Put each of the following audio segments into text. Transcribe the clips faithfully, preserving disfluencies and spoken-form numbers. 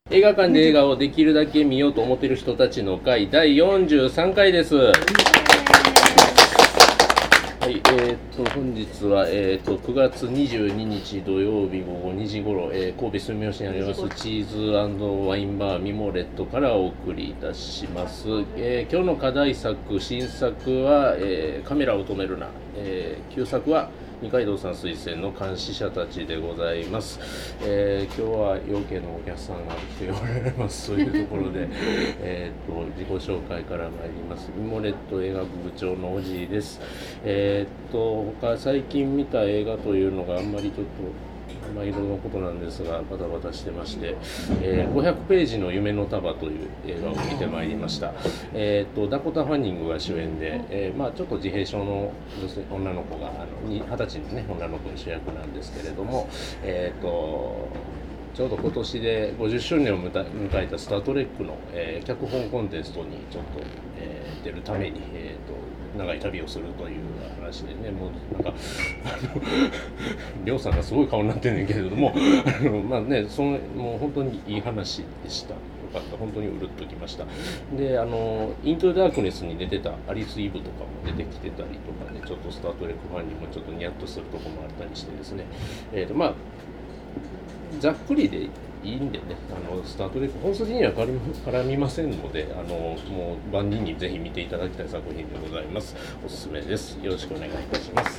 映画館で映画をできるだけ見ようと思っている人たちの会だいよんじゅうさんかいです。はい、えー、と本日は、えー、とくがつにじゅうににち土曜日午後にじ頃、えー、神戸住吉にありますチーズ&ワインバーミモレットからお送りいたします。えー、今日の課題作、新作は、えー、カメラを止めるな、えー、旧作は二階堂さん推薦の監視者たちでございます。えー、今日は養鶏のお客さんが来ておられますというところでえと自己紹介から参ります。ミモレット映画部部長のおじいです。えー、と他最近見た映画というのがあんまりちょっとまあ、いろんなことなんですがバタバタしてまして、えー、ごひゃくページの夢の束という映画を見てまいりました。えー、とダコタ・ファンニングが主演で、えーまあ、ちょっと自閉症の女性女の子があのにはたちの、ね、女の子の主役なんですけれども、えー、とちょうど今年でごじゅっしゅうねんを迎えた「スター・トレックの」えー、脚本コンテストにちょっと、えー、出るために、えー、と長い旅をするという話でね、もうなんかあのりょうさんがすごい顔になってんねんけれどもあのまあね、そのもう本当にいい話でした。よかった、本当にうるっときました。で、あのイントゥダークネスに出てたアリス・イブとかも出てきてたりとかね、ちょっとスター・トレックファンにもちょっとニヤッとするところもあったりしてですね、えーとまあざっくりでいいんでね、あのスター・トレック本筋には絡みませんので、あのもう万人にぜひ見ていただきたい作品でございます。おすすめです。よろしくお願いいたします。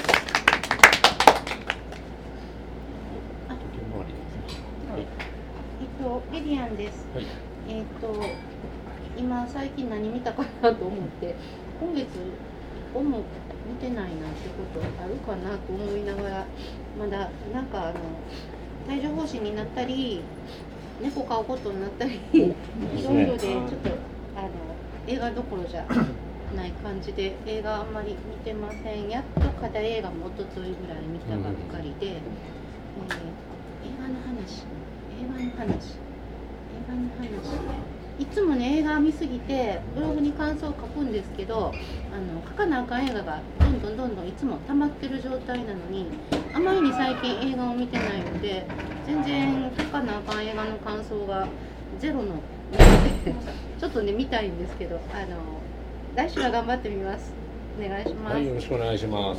えっとリリアンです。 はい、 えっと今最近何見たかなと思って、今月いっぽんも見てないなんてことあるかなと思いながら、まだなんかあの帯状疱疹になったり猫飼うことになったりいろいろでちょっとあの映画どころじゃない感じで映画あんまり見てません。やっと課題映画も一昨日ぐらい見たばっかりで、えー、映画の話映画の話映画の話いつもね映画見すぎてブログに感想を書くんですけど、あの書かなあかん映画がどんどんどんどんいつも溜まってる状態なのに、あまりに最近映画を見てないので全然書かなあかん映画の感想がゼロのちょっとね見たいんですけど、あの来週は頑張ってみます。お願いします。 はい、よろしくお願いします。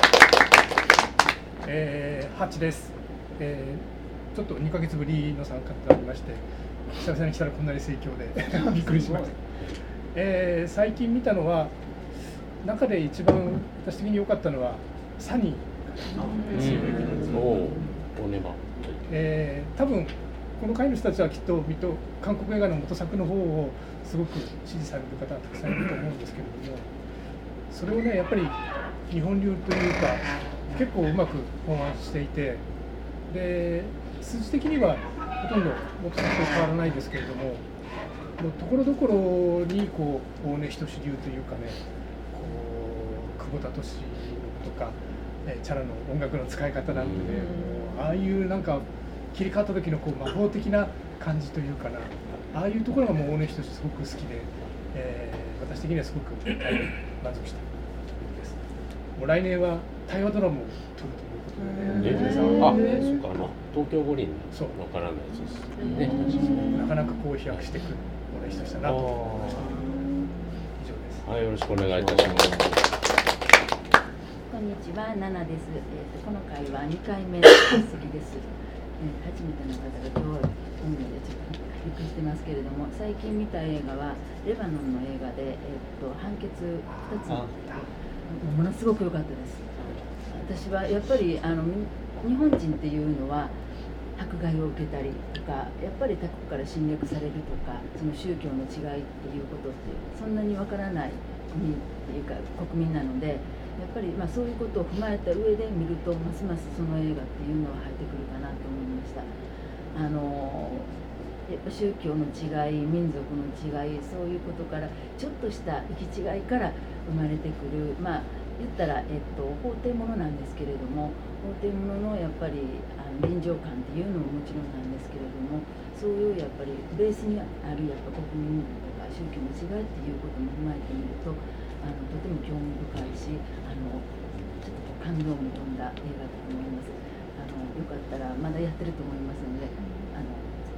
えー、はちです、えー、ちょっとにかげつぶりの参加となりまして、久々に来たらこんなに盛況でびっくりしました。えー、最近見たのは中で一番私的に良かったのはサニーですよね。 うん、おおねま、 えー、多分この会の人たちはきっと水戸韓国映画の元作の方をすごく支持される方はたくさんいると思うんですけれども、それをねやっぱり日本流というか結構うまく考案していて、で数字的にはほとんど元作と変わらないですけれども、ところどころにこう大根仁志流というかね、こう久保田敏とか、えー、チャラの音楽の使い方なんてね、もうああいうなんか切り替わった時のこう魔法的な感じというかな、ああいうところがもう大根仁志すごく好きで、えー、私的にはすごく満足したです。もう来年は大河ドラマを撮るということで、ね、 あ、そうか、あの東京五輪のわからないやつですね。 なかなかこう飛躍してくる大根仁志だなと思いました。以上です。 はい、よろしくお願いいたします。 こんにちは、ナナです。えー、とこの回はにかいめの出席です。えー、初めての方がどういう意味でちょっとびっくりしてますけれども、最近見た映画はレバノンの映画で、えー、と判決ふたつものすごく良かったです。私はやっぱりあの日本人っていうのは迫害を受けたりとか、やっぱり他国から侵略されるとか、その宗教の違いっていうことってそんなにわからない国っていうか国民なので、やっぱりまあそういうことを踏まえた上で見るとますますその映画っていうのは入ってくるかなと思いました。あのやっぱ宗教の違い、民族の違い、そういうことからちょっとした行き違いから生まれてくる、まあ言ったら、えっと、法廷ものなんですけれども、法廷もののやっぱりあの臨場感っていうのももちろんなんですけれども、そういうやっぱりベースにあるやっぱ国民とか宗教の違いっていうことも踏まえてみると、あのとても興味深いし、あのちょっと感動を見込んだ映画だと思います。あのよかったらまだやってると思いますので、あの見てください。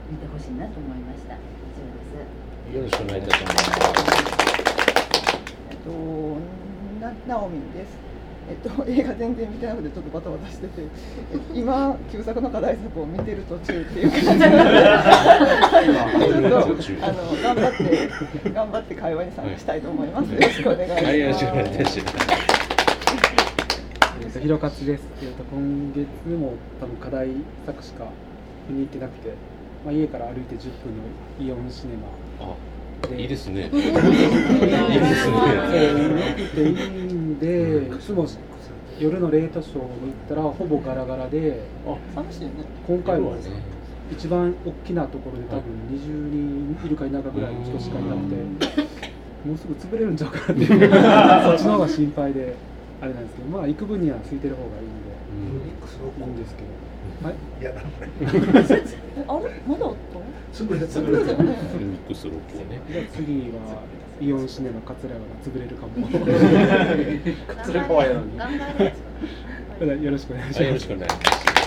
見てほしいなと思いました。以上です。 よろしくお願いいたします。 えっと、な、なおみんです。えっと、映画全然見てなくてちょっとバタバタしてて、今旧作の課題作を見てる途中っていう感じなのでちょっとあの頑張って頑張って会話に参加したいと思います。よろしくお願いします。はい、よろしくお願いいたします。 えっと、ひろかつです。えっと、今月も多分課題作しか見に行ってなくて、まあ、家から歩いてじゅっぷんのイオンシネマ。 いいですね。いいですね。いいんで、いつも夜のレートショーに行ったらほぼガラガラで、 寂しいね。 今回も一番大きなところで多分にじゅうにんいるかいないかぐらいの人しかいなくて、もうすぐ潰れるんちゃうかなっていうそっちの方が心配であれなんですけど、まあ行く分には空いてる方がいいんで、いいんですけど。はい。いや、 あれまだあった？ 潰れ潰れたよね。ミックスロックね。 じゃあ次はイオンシネマ桂川が潰れるかも。 桂川やのに。頑張れ。よろしくお願いします。 よろしくお願いします。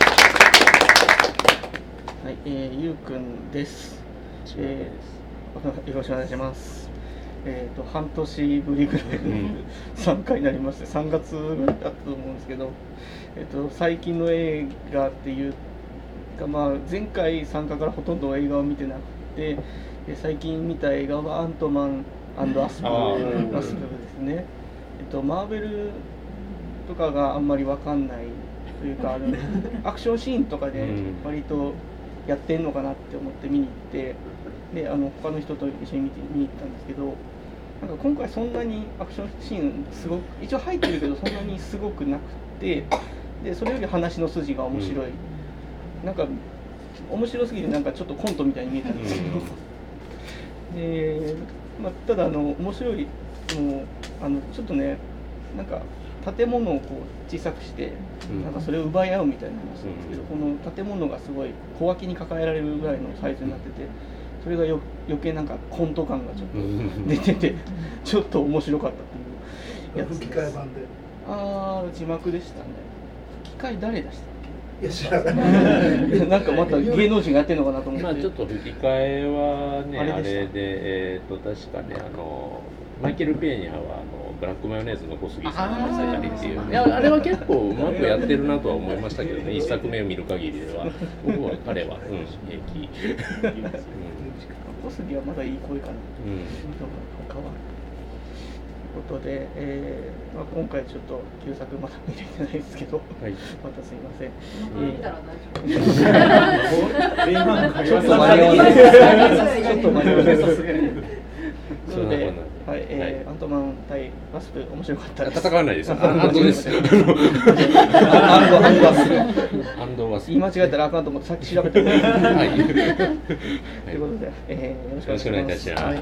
はい、えー、ゆうくんです。えー、よろしくお願いします。えっと半年ぶりぐらいの参加になりまして、さんがつぐらいだったと思うんですけど、えっと最近の映画っていうか、まあ前回参加からほとんど映画を見てなくて、最近見た映画はアントマン&アスプル、アスプルですね。えっとマーベルとかがあんまりわかんないというか、あのアクションシーンとかで割とやってんのかなって思って見に行って、であの他の人と一緒に見て見に行ったんですけど、なんか今回そんなにアクションシーンすごく一応入ってるけどそんなにすごくなくて、でそれより話の筋が面白い、うん、なんか面白すぎてなんかちょっとコントみたいに見えたんですけど、うん、で、まあ、ただあの面白いもうあのちょっとね、なんか建物をこう小さくして、うん、なんかそれを奪い合うみたいな話なんですけど、うん、この建物がすごい小脇に抱えられるぐらいのサイズになってて、それがよ余計なんかコント感がちょっと出ててちょっと面白かったっていうやつです。吹き替え版で。ああ、字幕でしたね。吹き替え誰でしたっけ？いや知らない。なんかまた芸能人がやってるのかなと思って。 まあちょっと吹き替えはね、あれ で, あれでえっ、ー、と確かね、あのマイケル・ペーニャはあのブラックマヨネーズの小杉さんがされたりっていう、いやあれは結構うまくやってるなとは思いましたけどね、一作目を見る限りでは僕は彼は、うん、平気。 小杉はまだいい声かな、うん、他はということで、えーまあ、今回ちょっと旧作まだ見れてないですけど、はい、またすいません。見たら大丈夫。ちょっと間に合わない。ちょっと間に合わない。さすがに。なので、はい、えー、アントマン対ワスプ面白かったです。 戦わないです。アントです。アンドアンドワスプ。 アンドワスプ。 言い間違えたらあかんと思ってさっき調べて。はい。ということで、えー、よろしくお願いいたします。はい、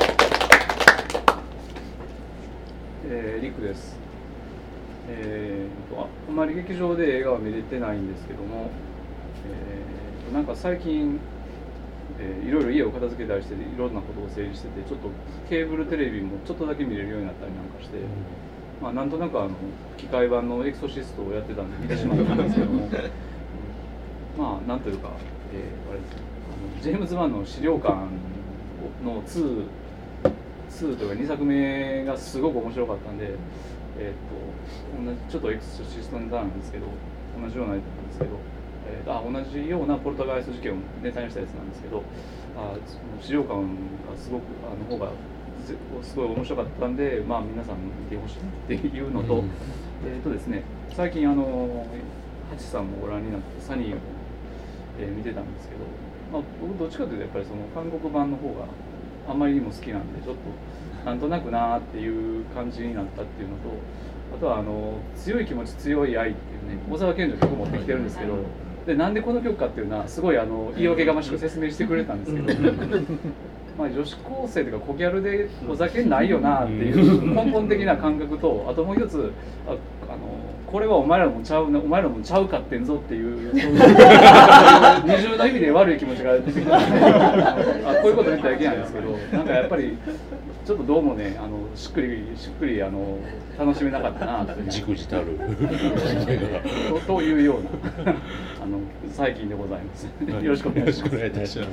えー、リクです。えーと、あ、あんまり劇場で映画は見れてないんですけども、えーと、なんか最近。えー、いろいろ家を片付けたりしていろんなことを整理してて、ちょっとケーブルテレビもちょっとだけ見れるようになったりなんかして、うん、まあなんとなくあの吹き替え版のエクソシストをやってたんで見てしまったんですけども、うん、まあなんというか、えー、あれですね、あのジェームズ・ワンの資料館のツー、ツーというかにさくめがすごく面白かったんで、えー、と同じちょっとエクソシストネタなんですけど、同じようなネタなんですけど。あ同じようなポルタガイス事件をネタにしたやつなんですけど、あその資料館がすごくあの方がすごい面白かったんで、まあ、皆さん見てほしいっていうのと、うん、えーとですね、最近あのハチさんもご覧になってサニーを、えー、見てたんですけど、まあ、僕どっちかというとやっぱりその韓国版の方があんまりにも好きなんで、ちょっとなんとなくなーっていう感じになったっていうのと、あとはあの強い気持ち強い愛っていうね、小沢健二の曲を持ってきてるんですけど、でなんでこの曲かっていうのはすごいあの言い訳がましく説明してくれたんですけどまあ女子高生というか小ギャルでお酒ないよなっていう根本的な感覚と、あともう一つ あ, あのこれはお前らもちゃうね、お前らもちゃうかってんぞっていうそういう二重の意味で悪い気持ちが出てきたのであこういうこと言ったらいけないんですけど、なんかやっぱりちょっとどうもね、あのしっくりしっくりあの楽しめなかったなってじくじたると, というようなあの最近でございます。よろしくお願いします。 よろしくお願いいたします。 はい、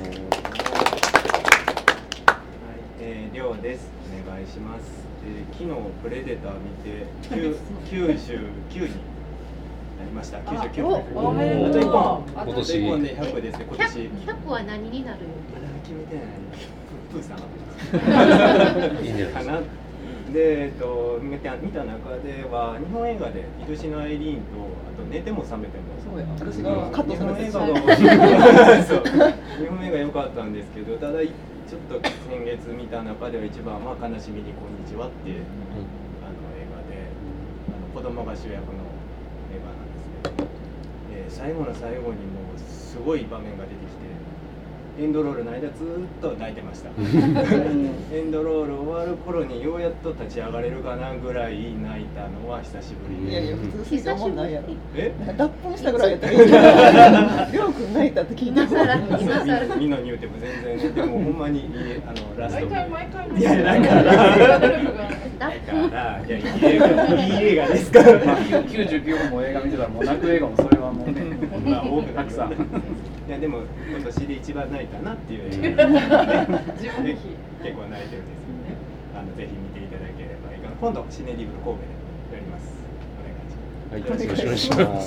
えー、りょうです。お願いします。えー、昨日プレデター見てきゅうじゅうきゅうになりました。きゅうじゅうきゅう。 おめでとう。 あといっぽん。 今年あといっぽんでひゃくですね。今年。 ひゃくは何になるよ。 まだ決めてない。プーさん。 いいんじゃないですか。 で、えっと、見た見た中では日本映画で「愛しのアイリーン」とあと「寝ても覚めても」 そうや私がカットされて日本映画がそう日本映画良かったんですけど、ただちょっと先月見た中では一番は「悲しみにこんにちは」っていう、うん、あの映画であの子供が主役の映画なんですけど、えー、最後の最後にもうすごい場面が出てきて。エンドロールの間ずっと泣いてましたエンドロール終わる頃にようやっと立ち上がれるかなぐらい泣いたのは久しぶりで。 いやいや普通久しぶりやろ。 え脱粉したぐらいやったらいいんじゃないりょうくん泣いたって聞いてみんなに言うても全然ね、でもほんまにいいあのラスト毎回毎回いやだからだからいやいい映画いい映画ですから、まあ、 きゅうじゅうきゅうほんも映画見てたらもう泣く映画もそれはもうねまあ多くたくさん。 いやでも今年で一番泣いたなっていう映画で、ね、結構泣いてるんですよね。あのぜひ見ていただければいいかな。今度シネディブル神戸でやります。お願いします。 はい、よろしくお願いします。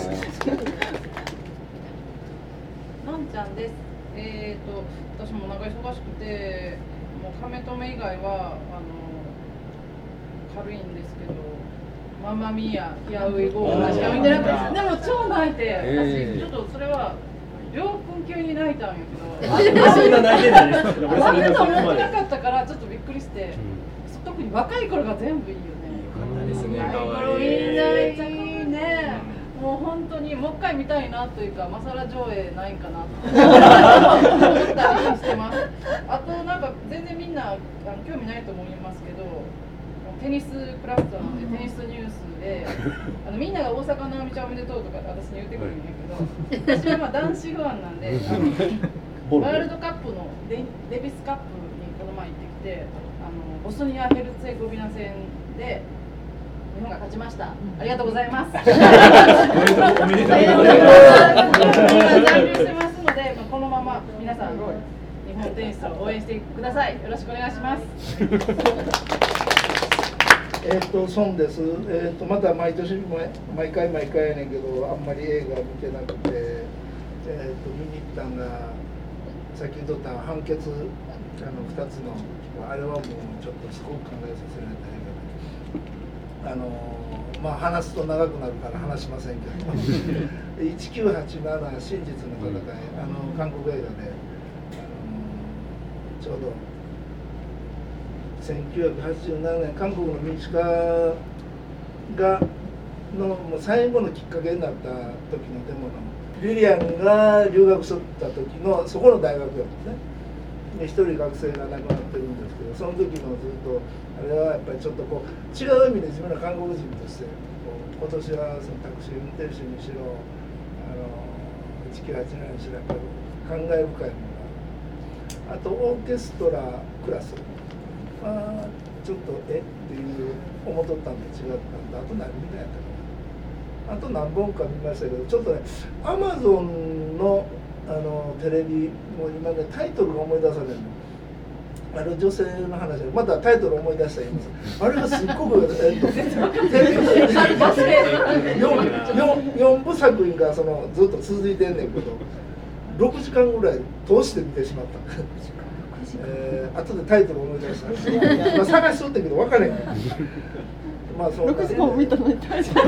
のんちゃんです。えっ、ー、と私もなんか忙しくて、もう亀止め以外はあの軽いんですけど、ママミーヤ、ヒアウィゴーしか見てなくて、でも超泣いて、 えー、 私ちょっとそれは。りょうくん急に泣いたんやけど、 そんな泣いてないです。 あれと思ってなかったからちょっとびっくりして、特に若い頃が全部いいよね。 よかったですね。 若い頃みんないいね。もう本当にもう一回見たいなというか、マサラ上映ないんかなと思ったりしてます。あとなんか全然みんなあの興味ないと思いますけど、テニスクラスターなんでテニスニュースであのみんなが大坂なおみちゃんおめでとうとか私に言ってくるんやけど、私はまあ男子ファンなんで、あのワールドカップのデ, デビスカップにこの前行ってきて、あのボスニア・ヘルツェゴビナ戦で日本が勝ちました。ありがとうございます。おめでとうございます。残留してますので、このまま皆さん日本テニスを応援してください。よろしくお願いします。 えっと、孫です。えっと、また毎年、毎回毎回やねんけど、あんまり映画見てなくて、えっと、見に行ったんが、さっき言っとった判決、あのふたつの、あれはもうちょっとすごく考えさせられた映画で、あの、まあ、話すと長くなるから話しませんけど、いちきゅうはちなな真実の戦い、あの、韓国映画で、あのちょうど、せんきゅうひゃくはちじゅうななねん韓国の民主化がのもう最後のきっかけになった時のデモのリリアンが留学しとった時のそこの大学やもんね。で一人学生が亡くなってるんですけど、その時のずっとあれはやっぱりちょっとこう違う意味で自分ら韓国人としてこう今年はそのタクシー運転手にしろあのいちきゅうはちななにしろやっぱり感慨深いものがあとオーケストラクラス。まあ、ちょっとえっていう思っとったんで違ったんだ。あと何見たやったかな。あと何本か見ましたけど、ちょっとねアマゾンのあのテレビもう今ねタイトルが思い出されるの。あの女性の話でまたタイトル思い出したら言います。あれがすっごくえっとテレビよんぶ作品がそのずっと続いてんねんけど、ろくじかんぐらい通して見てしまった。えー、後でタイトル思い出した。まあ探しとったけど分からへん。まあそろくじかん見たのに大丈夫。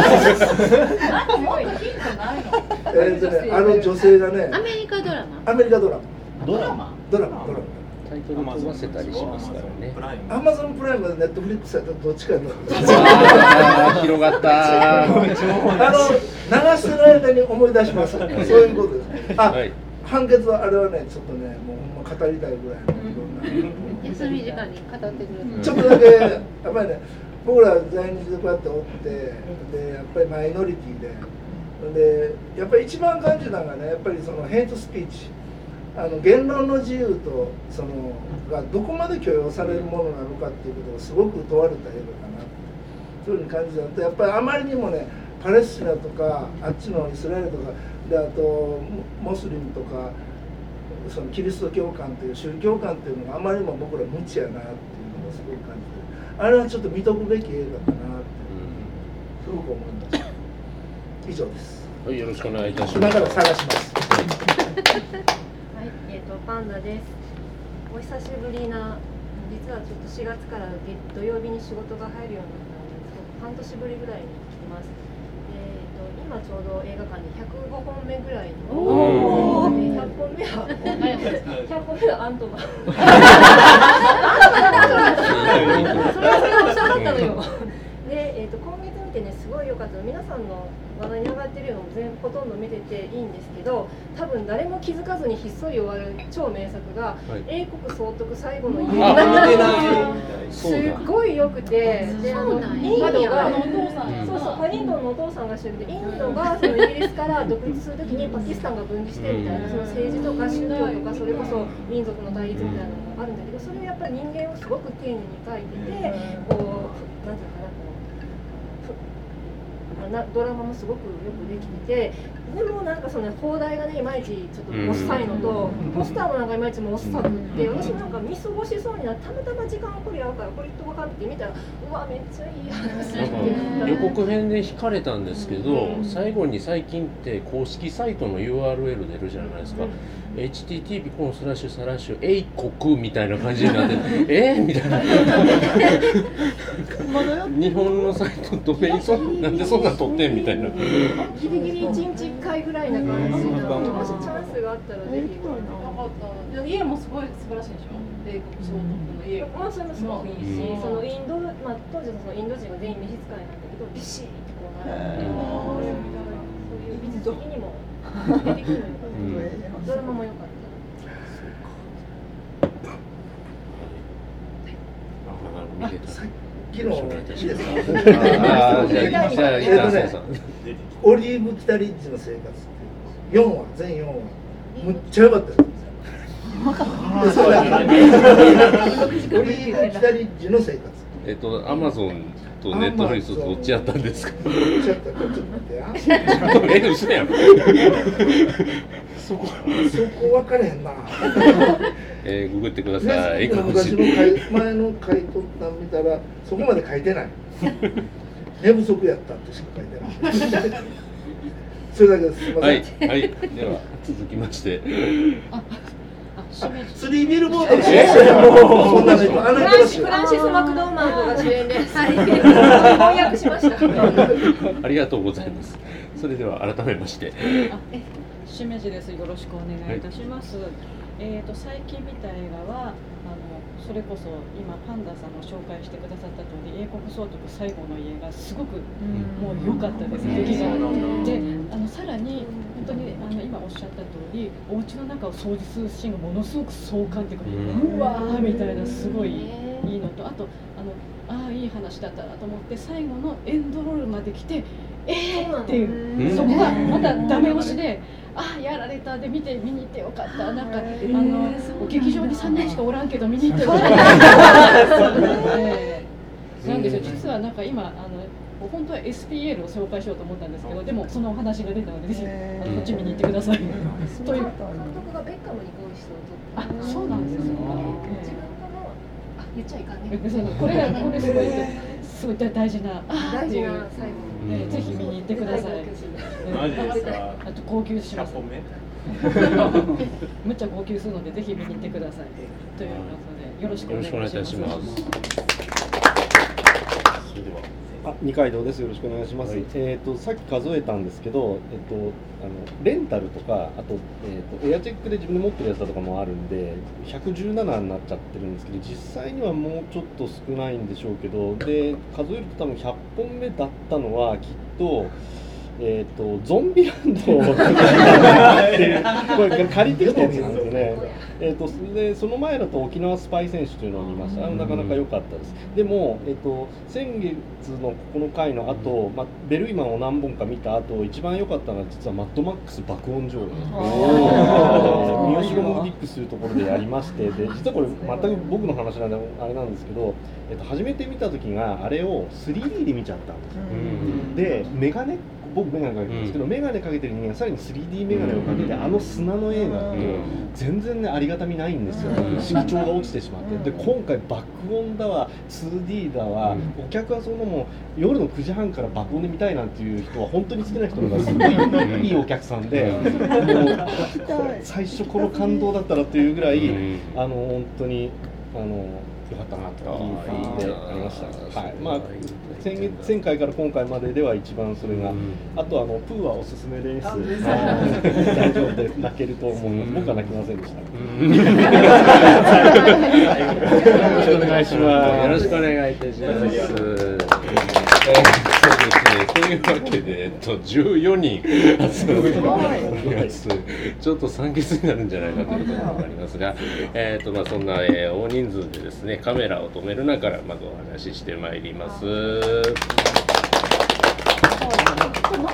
えっとね、あの女性がね。 アメリカドラマ。 アメリカドラマ。 ドラマ。 ドラマ。ドラマ。 タイトル飛ばせたりしますからね。 アマゾンプライム、ネットフリックスやったらどっちかやと。 ああ広がった。 あの流してる間に思い出します。そういうことです。あ、はい、判決はあれはね、ちょっとね、もう語りたいぐらいのいろんな。 休み時間に語ってくれる。 ちょっとだけやっぱりね、 僕ら在日でこうやっておってでやっぱりマイノリティででやっぱり一番感じたのがねやっぱりそのヘイトスピーチあの言論の自由とそのがどこまで許容されるものなのかっていうことをすごく問われた映画かなそういうふうに感じたのとやっぱりあまりにもねパレスチナとかあっちのイスラエルとかであとモスリムとかそのキリスト教観という宗教観というのがあまりにも僕ら無知やなっていうのをすごく感じてあれはちょっと見とくべき映画かなってすごく思いました以上です。 はい、よろしくお願いいたし今ます。 から探しますはい、えっ、とパンダです。お久しぶりな実はちょっとしがつから土曜日に仕事が入るようになったんですけど半年ぶりぐらいに来てます。えっ、と今ちょうど映画館でひゃくごほんめぐらいのおーひゃっぽんめはひゃっぽんめはアントマン。それはそれは面白かったのよ。で、えー、と今月見てねすごい良かったの皆さんの話題に上がってるのも全ほとんど見てていいんですけど多分誰も気づかずにひっそり終わる超名作が、はい、英国総督最後の家すっごい良くてであのインドがそうそうパディントンのお父さんが主役でインドがそのイギリスから独立するときにパキスタンが分離してみたいなその政治とか宗教とかそれこそ民族の対立みたいなのがあるんだけどそれをやっぱり人間をすごく丁寧に描いててこうなんていうかななドラマもすごくよくできててでもなんかその放題がねいまいちちょっとおっさいのとポスターもなんかいまいちもおっさくって私なんか見過ごしそうになってたまたま時間これ合うからこれと分かって見たらうわめっちゃいい話なんか予告編で引かれたんですけど、うん、最後に最近って公式サイトの ユーアールエル 出るじゃないですか、うんエイチティーティーピーコロンスラッシュスラッシュ英国みたいな感じになってえーみたいな日本のサイトどれにそなんでそんな撮ってんみたいなギリギリいちにちいっかいぐらいな感じなのもしチャンスがあったらぜひ家もすごい素晴らしいでしょ英国総督の家まあそれもすごくいいしそのインド、まあ、当時のそのインド人が全員召使いなんだけどビシッてこうなってそういう美術的にも出てくるのよドラマも良かった。 さっきのいいですか。 あじゃあじゃあ伊藤さん。 オリーブ・キタリッジの生活ってよんわ全よんわむっちゃ良かったです。オリーブ・キタリッジの生活。 えっとアマゾンとネットフリックスどっちやったんですか。 どっちやったかちょっと待ってや。え嘘やん。 そこそこ分かれへんな。 えー、ググってください。 昔の前の買い取ったの見たらそこまで書いてない。寝不足やったってしか書いてない。それだけです。すみません。 はいはい。では続きまして。 スリービルボードの主演そんなのあの人フランシス・マクドーマルドが主演で翻訳しました。 ありがとうございます。それでは改めまして。 しめじです。よろしくお願いいたします。はい、えっと最近見た映画はあのそれこそ今パンダさんが紹介してくださった通り英国総督最後の家がすごくもう良かったです。出来がであのさらに本当にあの今おっしゃった通りお家の中を掃除するシーンがものすごく壮観っていうかうわーみたいなすごいいいのとあとあのああいい話だったなと思って最後のエンドロールまで来てえーっていうそこがまたダメ押しであやられたで見て見に行ってよかったなんか、えー、あの劇場にさんにんしかおらんけど見に行ってよかったなんですよ実はなんか今あの本当は エスピーエル を紹介しようと思ったんですけどでもそのお話が出たのでぜひあのこっち見に行ってください。という監督がベッカムにこういう人を撮ってあそうなんですよ。 自分のあ言っちゃいかんね。 これがこれすごいすごい大事な大事な最後。 えー、ぜひ見に行ってください。 マジですか。 あと高級します。むっちゃ高級するのでぜひ見に行ってください。ということでよろしくお願いします。それではあ二階堂です。よろしくお願いします。はい、えっ、ー、とさっき数えたんですけど、えっ、ー、とあのレンタルとかあとえっ、ー、とエアチェックで自分で持ってるやつだとかもあるんでひゃくじゅうななになっちゃってるんですけど実際にはもうちょっと少ないんでしょうけどで数えると多分ひゃっぽんめだったのはきっと。えー、とゾンビランドをこれ借りてきたやつなんですよね。ええー、とでその前だと沖縄スパイ選手というのを見ました。あのなかなか良かったです。でも、えー、と先月のここの回の後、まあ、ベルイマンを何本か見た後、一番良かったのは実はマッドマックス爆音上映、三好ロムディックスというところでやりまして、で実はこれ全く僕の話なんであれなんですけど、えー、と初めて見た時があれを スリーディー で見ちゃったんですよ。でメガネ僕メガネかけてるんですけど、うん、メガネかけてる人間がさらに スリーディー メガネをかけて、うん、あの砂の映画って全然ねありがたみないんですよ。身長が落ちてしまって、で今回爆音だわ ツーディー だわ、うん、お客はそのもう夜のくじはんから爆音で見たいなんていう人は本当に好きな人がすごいいいお客さんで、もう最初この感動だったらっていうぐらい、うん、あの本当にあの良かったなという感じでありました。はい、まあ先月前回から今回まででは一番それが、うん、あとあのプーはおすすめです。大丈夫です。泣けると思います。僕は泣きませんでした。よろしくお願いします。 よろしくお願いいたします。そうですね。というわけで、えっとじゅうよにん集まっております。ちょっと酸欠になるんじゃないかということがありますが、えっとまあそんな、えー、大人数でですね、カメラを止めるながらまずお話ししてまいります。